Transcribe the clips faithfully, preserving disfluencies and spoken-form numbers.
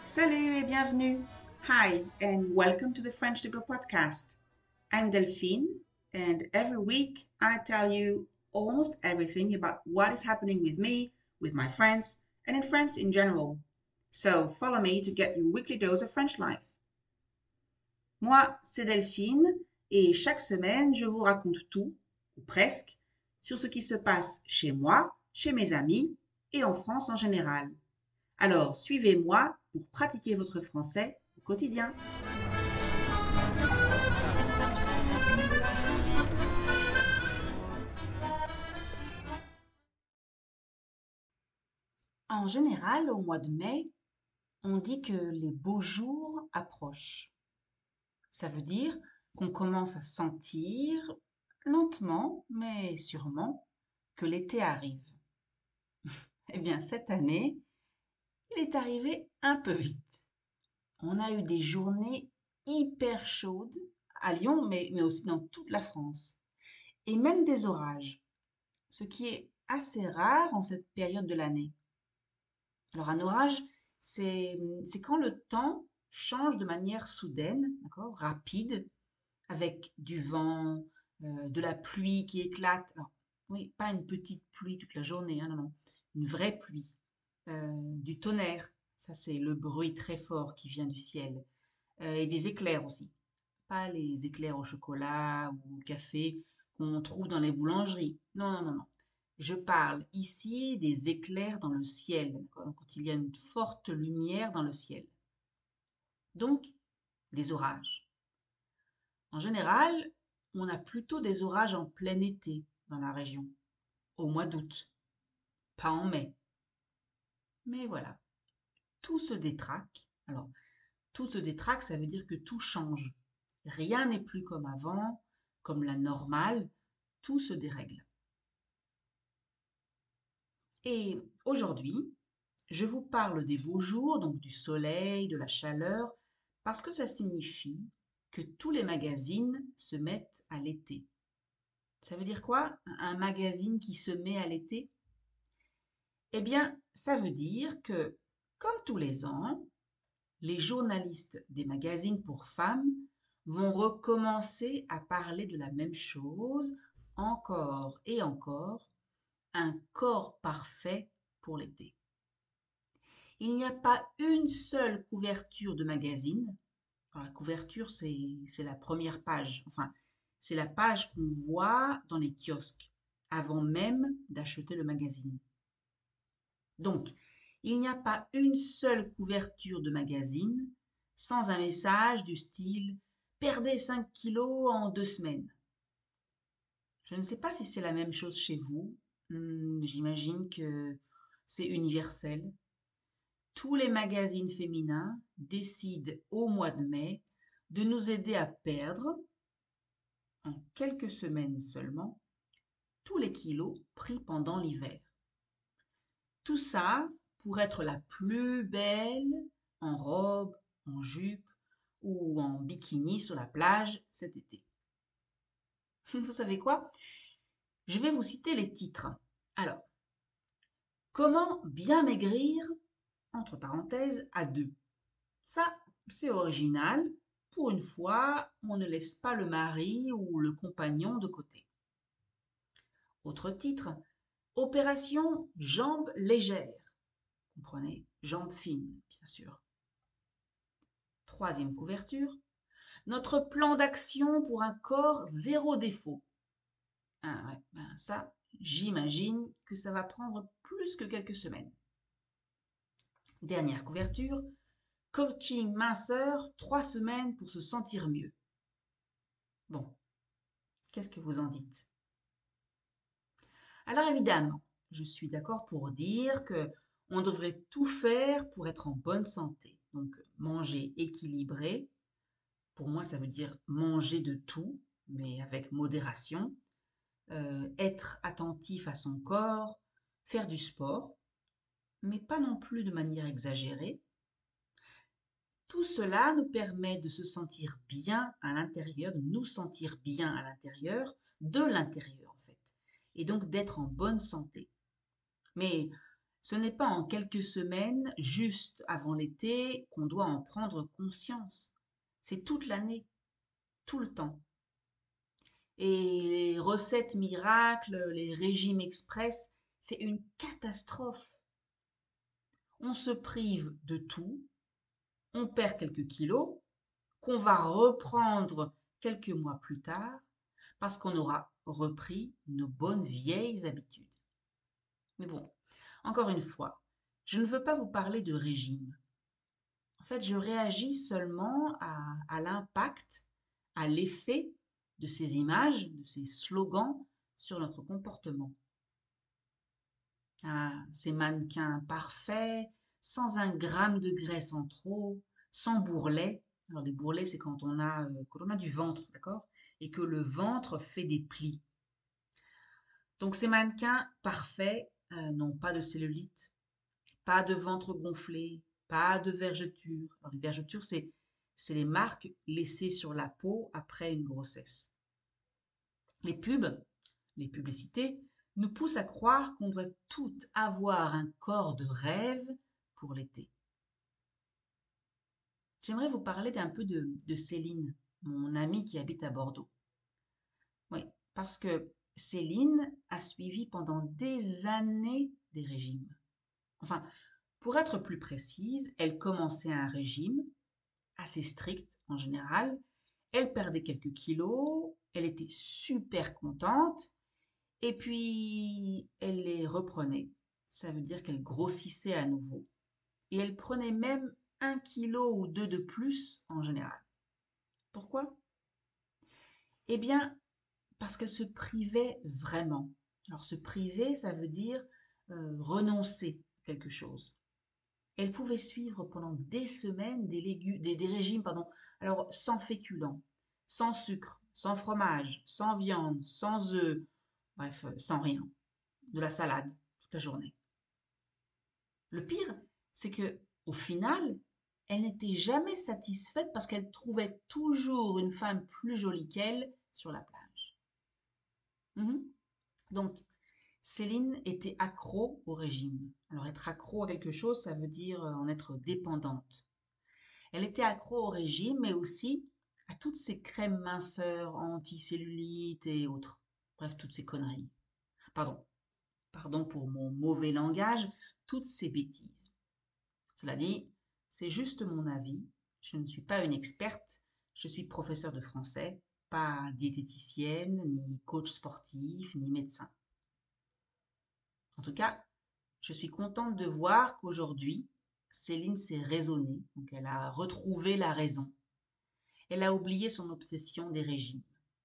Salut et bienvenue. Hi, and welcome to the French to Go podcast. I'm Delphine, and every week I tell you almost everything about what is happening with me, with my friends, and in France in general. So follow me to get your weekly dose of French life. Moi, c'est Delphine, et chaque semaine, je vous raconte tout, ou presque, sur ce qui se passe chez moi, chez mes amis, et en France en général. Alors, suivez-moi pour pratiquer votre français au quotidien. En général, au mois de mai, on dit que les beaux jours approchent. Ça veut dire qu'on commence à sentir, lentement mais sûrement, que l'été arrive. Eh bien, cette année, il est arrivé un peu vite. On a eu des journées hyper chaudes à Lyon, mais, mais aussi dans toute la France, et même des orages, ce qui est assez rare en cette période de l'année. Alors un orage, c'est c'est quand le temps change de manière soudaine, d'accord, rapide, avec du vent, euh, de la pluie qui éclate. Alors, oui, pas une petite pluie toute la journée, hein, non, non, une vraie pluie. Euh, du tonnerre, ça c'est le bruit très fort qui vient du ciel. Euh, et des éclairs aussi. Pas les éclairs au chocolat ou au café qu'on trouve dans les boulangeries. Non, non, non, non. Je parle ici des éclairs dans le ciel, quand il y a une forte lumière dans le ciel. Donc, des orages. En général, on a plutôt des orages en plein été dans la région, au mois d'août, pas en mai. Mais voilà, tout se détraque. Alors, tout se détraque, ça veut dire que tout change. Rien n'est plus comme avant, comme la normale, tout se dérègle. Et aujourd'hui, je vous parle des beaux jours, donc du soleil, de la chaleur, parce que ça signifie que tous les magazines se mettent à l'été. Ça veut dire quoi, un magazine qui se met à l'été? Eh bien, ça veut dire que, comme tous les ans, les journalistes des magazines pour femmes vont recommencer à parler de la même chose encore et encore, un corps parfait pour l'été. Il n'y a pas une seule couverture de magazine. Alors, la couverture, c'est, c'est la première page. Enfin, c'est la page qu'on voit dans les kiosques avant même d'acheter le magazine. Donc, il n'y a pas une seule couverture de magazine sans un message du style «Perdez cinq kilos en deux semaines». Je ne sais pas si c'est la même chose chez vous. Hmm, j'imagine que c'est universel. Tous les magazines féminins décident au mois de mai de nous aider à perdre, en quelques semaines seulement, tous les kilos pris pendant l'hiver. Tout ça pour être la plus belle en robe, en jupe ou en bikini sur la plage cet été. Vous savez quoi? Je vais vous citer les titres. Alors, comment bien maigrir, entre parenthèses, à deux. Ça, c'est original. Pour une fois, on ne laisse pas le mari ou le compagnon de côté. Autre titre, opération jambes légères. Comprenez, jambes fines, bien sûr. Troisième couverture, notre plan d'action pour un corps zéro défaut. Ah ouais, ben ça, j'imagine que ça va prendre plus que quelques semaines. Dernière couverture, coaching minceur, trois semaines pour se sentir mieux. Bon, qu'est-ce que vous en dites? Alors évidemment, je suis d'accord pour dire que on devrait tout faire pour être en bonne santé. Donc manger équilibré, pour moi ça veut dire manger de tout, mais avec modération, euh, être attentif à son corps, faire du sport, mais pas non plus de manière exagérée. Tout cela nous permet de se sentir bien à l'intérieur, de nous sentir bien à l'intérieur, de l'intérieur en fait, et donc d'être en bonne santé. Mais Ce n'est pas en quelques semaines, juste avant l'été, qu'on doit en prendre conscience. C'est toute l'année, tout le temps. Et les recettes miracles, les régimes express, c'est une catastrophe. On se prive de tout, on perd quelques kilos, qu'on va reprendre quelques mois plus tard, parce qu'on aura repris nos bonnes vieilles habitudes. Mais bon, encore une fois, je ne veux pas vous parler de régime. En fait, je réagis seulement à, à l'impact, à l'effet de ces images, de ces slogans sur notre comportement. Ah, ces mannequins parfaits, sans un gramme de graisse en trop, sans bourrelet. Alors les bourrelets, c'est quand on a, euh, quand on a du ventre, d'accord? Et que le ventre fait des plis. Donc ces mannequins parfaits euh, n'ont pas de cellulite, pas de ventre gonflé, pas de vergetures. Alors les vergetures, c'est c'est les marques laissées sur la peau après une grossesse. Les pubs, les publicités, nous poussent à croire qu'on doit toutes avoir un corps de rêve pour l'été. J'aimerais vous parler d'un peu de, de Céline, mon amie qui habite à Bordeaux. Oui, parce que Céline a suivi pendant des années des régimes. Enfin, pour être plus précise, elle commençait un régime assez strict en général. Elle perdait quelques kilos, elle était super contente, et puis elle les reprenait. Ça veut dire qu'elle grossissait à nouveau. Et elle prenait même un kilo ou deux de plus en général. Pourquoi? Eh bien, parce qu'elle se privait vraiment. Alors, se priver, ça veut dire euh, renoncer à quelque chose. Elle pouvait suivre pendant des semaines des, légumes, des, des régimes, pardon, alors sans féculents, sans sucre, sans fromage, sans viande, sans œufs, bref, euh, sans rien, de la salade toute la journée. Le pire, c'est que au final, elle n'était jamais satisfaite parce qu'elle trouvait toujours une femme plus jolie qu'elle sur la plage. Mhm. Donc, Céline était accro au régime. Alors, être accro à quelque chose, ça veut dire euh, en être dépendante. Elle était accro au régime, mais aussi à toutes ces crèmes minceurs, anti-cellulite et autres. Bref, toutes ces conneries. Pardon, pardon pour mon mauvais langage, toutes ces bêtises. Cela dit, c'est juste mon avis. Je ne suis pas une experte. Je suis professeure de français, pas diététicienne, ni coach sportif, ni médecin. En tout cas, je suis contente de voir qu'aujourd'hui, Céline s'est raisonnée, donc elle a retrouvé la raison. Elle a oublié son obsession des régimes.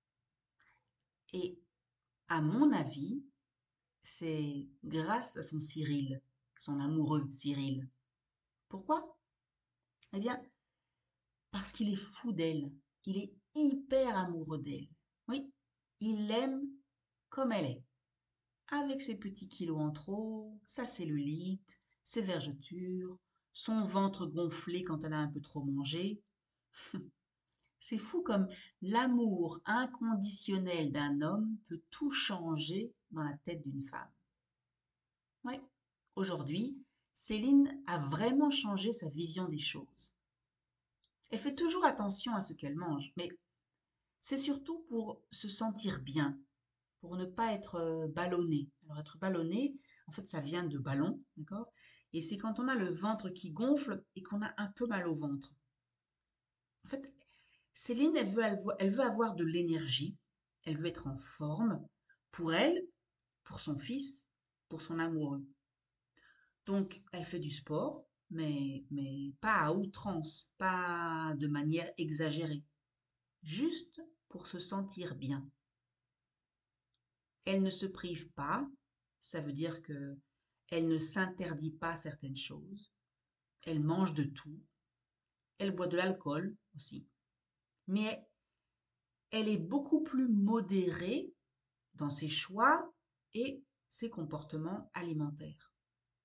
Et à mon avis, c'est grâce à son Cyril, son amoureux Cyril. Pourquoi? Eh bien, parce qu'il est fou d'elle. Il est hyper amoureux d'elle. Oui, il l'aime comme elle est. Avec ses petits kilos en trop, sa cellulite, ses vergetures, son ventre gonflé quand elle a un peu trop mangé. C'est fou comme l'amour inconditionnel d'un homme peut tout changer dans la tête d'une femme. Oui, aujourd'hui, Céline a vraiment changé sa vision des choses. Elle fait toujours attention à ce qu'elle mange, mais c'est surtout pour se sentir bien, pour ne pas être euh, ballonné. Alors être ballonné, en fait, ça vient de ballon, d'accord? Et c'est quand on a le ventre qui gonfle et qu'on a un peu mal au ventre. En fait, Céline, elle veut, elle veut avoir de l'énergie, elle veut être en forme pour elle, pour son fils, pour son amoureux. Donc, elle fait du sport, mais, mais pas à outrance, pas de manière exagérée, juste pour se sentir bien. Elle ne se prive pas, ça veut dire que elle ne s'interdit pas certaines choses, elle mange de tout, elle boit de l'alcool aussi, mais elle est beaucoup plus modérée dans ses choix et ses comportements alimentaires.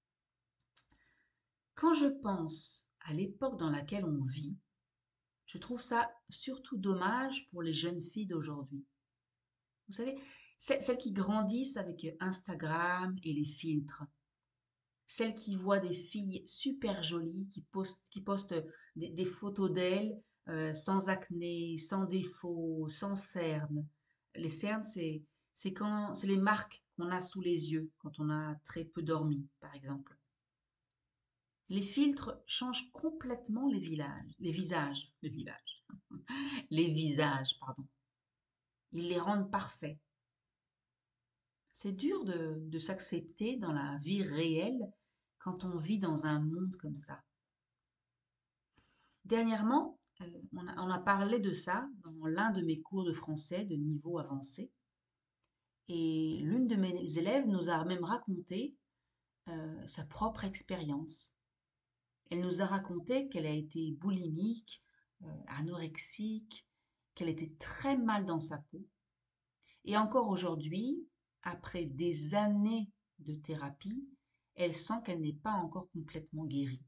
Quand je pense à l'époque dans laquelle on vit, je trouve ça surtout dommage pour les jeunes filles d'aujourd'hui. Vous savez, celles qui grandissent avec Instagram et les filtres. Celles qui voient des filles super jolies, qui postent, qui postent des, des photos d'elles euh, sans acné, sans défauts, sans cernes. Les cernes, c'est c'est quand c'est les marques qu'on a sous les yeux quand on a très peu dormi, par exemple. Les filtres changent complètement les villages, les visages, les villages, les visages, pardon. Ils les rendent parfaits. C'est dur de, de s'accepter dans la vie réelle quand on vit dans un monde comme ça. Dernièrement, euh, on a, on a parlé de ça dans l'un de mes cours de français de niveau avancé. Et l'une de mes élèves nous a même raconté euh, sa propre expérience. Elle nous a raconté qu'elle a été boulimique, euh, anorexique, qu'elle était très mal dans sa peau. Et encore aujourd'hui, après des années de thérapie, elle sent qu'elle n'est pas encore complètement guérie.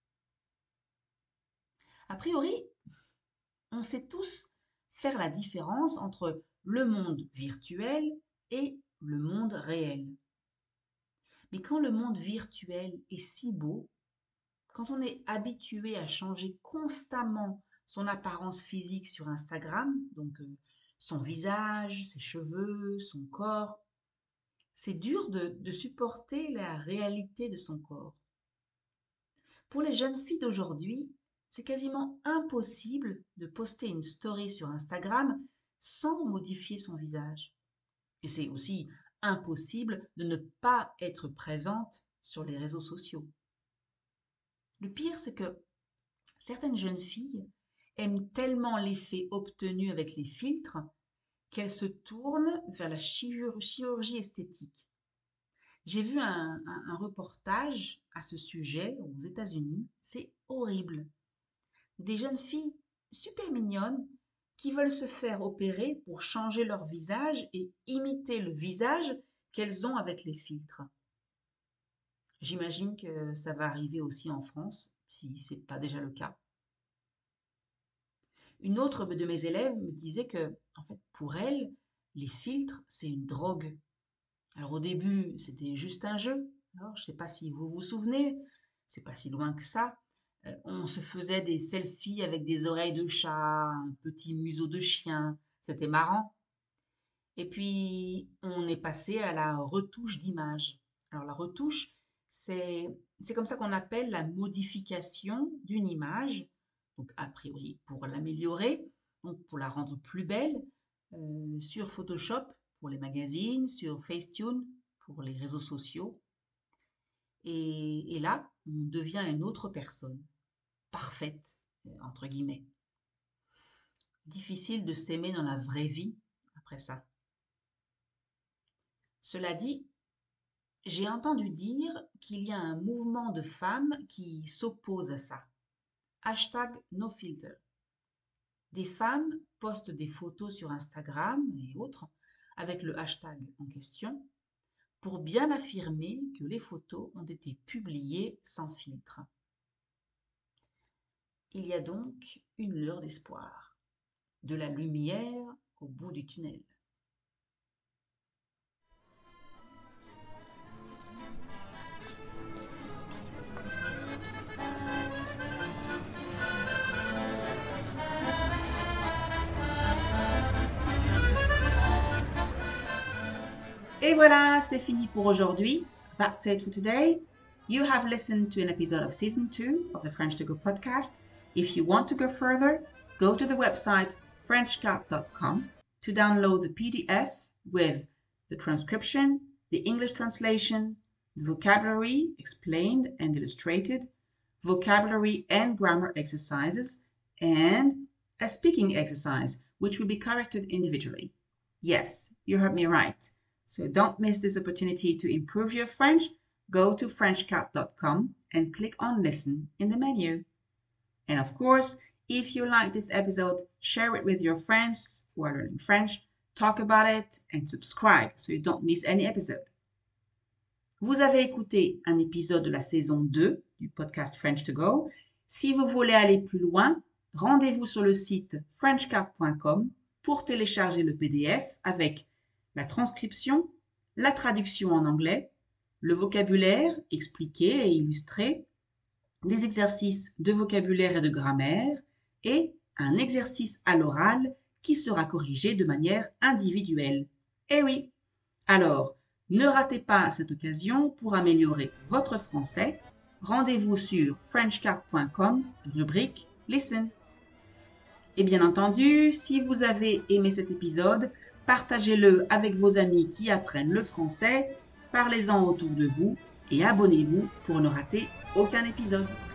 A priori, on sait tous faire la différence entre le monde virtuel et le monde réel. Mais quand le monde virtuel est si beau, quand on est habitué à changer constamment son apparence physique sur Instagram, donc euh, son visage, ses cheveux, son corps, c'est dur de, de supporter la réalité de son corps. Pour les jeunes filles d'aujourd'hui, c'est quasiment impossible de poster une story sur Instagram sans modifier son visage. Et c'est aussi impossible de ne pas être présente sur les réseaux sociaux. Le pire, c'est que certaines jeunes filles aiment tellement l'effet obtenu avec les filtres qu'elles se tournent vers la chirurgie esthétique. J'ai vu un, un, un reportage à ce sujet aux États-Unis. C'est horrible. Des jeunes filles super mignonnes qui veulent se faire opérer pour changer leur visage et imiter le visage qu'elles ont avec les filtres. J'imagine que ça va arriver aussi en France, si ce n'est pas déjà le cas. Une autre de mes élèves me disait que, en fait, pour elle, les filtres, c'est une drogue. Alors au début, c'était juste un jeu. Alors, je ne sais pas si vous vous souvenez, c'est pas si loin que ça. Euh, on se faisait des selfies avec des oreilles de chat, un petit museau de chien. C'était marrant. Et puis, on est passé à la retouche d'image. Alors la retouche, c'est c'est comme ça qu'on appelle la modification d'une image, donc a priori pour l'améliorer, donc pour la rendre plus belle, euh, sur Photoshop pour les magazines, sur Facetune pour les réseaux sociaux. Et, et là, on devient une autre personne, parfaite, euh, entre guillemets. Difficile de s'aimer dans la vraie vie après ça. Cela dit, j'ai entendu dire qu'il y a un mouvement de femmes qui s'oppose à ça. Hashtag NoFilter. Des femmes postent des photos sur Instagram et autres avec le hashtag en question pour bien affirmer que les photos ont été publiées sans filtre. Il y a donc une lueur d'espoir, de la lumière au bout du tunnel. Et voilà, c'est fini pour aujourd'hui. That's it for today. You have listened to an episode of season two of the French to Go podcast. If you want to go further, go to the website french cat dot com to download the P D F with the transcription, the English translation, the vocabulary explained and illustrated, vocabulary and grammar exercises, and a speaking exercise, which will be corrected individually. Yes, you heard me right. So don't miss this opportunity to improve your French. Go to french cat dot com and click on listen in the menu. And of course, if you like this episode, share it with your friends who are learning French, talk about it, and subscribe so you don't miss any episode. Vous avez écouté un épisode de la saison deux du podcast French to Go. Si vous voulez aller plus loin, rendez-vous sur le site french cat point com pour télécharger le P D F avec la transcription, la traduction en anglais, le vocabulaire expliqué et illustré, des exercices de vocabulaire et de grammaire et un exercice à l'oral qui sera corrigé de manière individuelle. Eh oui! Alors, ne ratez pas cette occasion pour améliorer votre français. Rendez-vous sur french card point com, rubrique Listen. Et bien entendu, si vous avez aimé cet épisode, partagez-le avec vos amis qui apprennent le français, parlez-en autour de vous et abonnez-vous pour ne rater aucun épisode.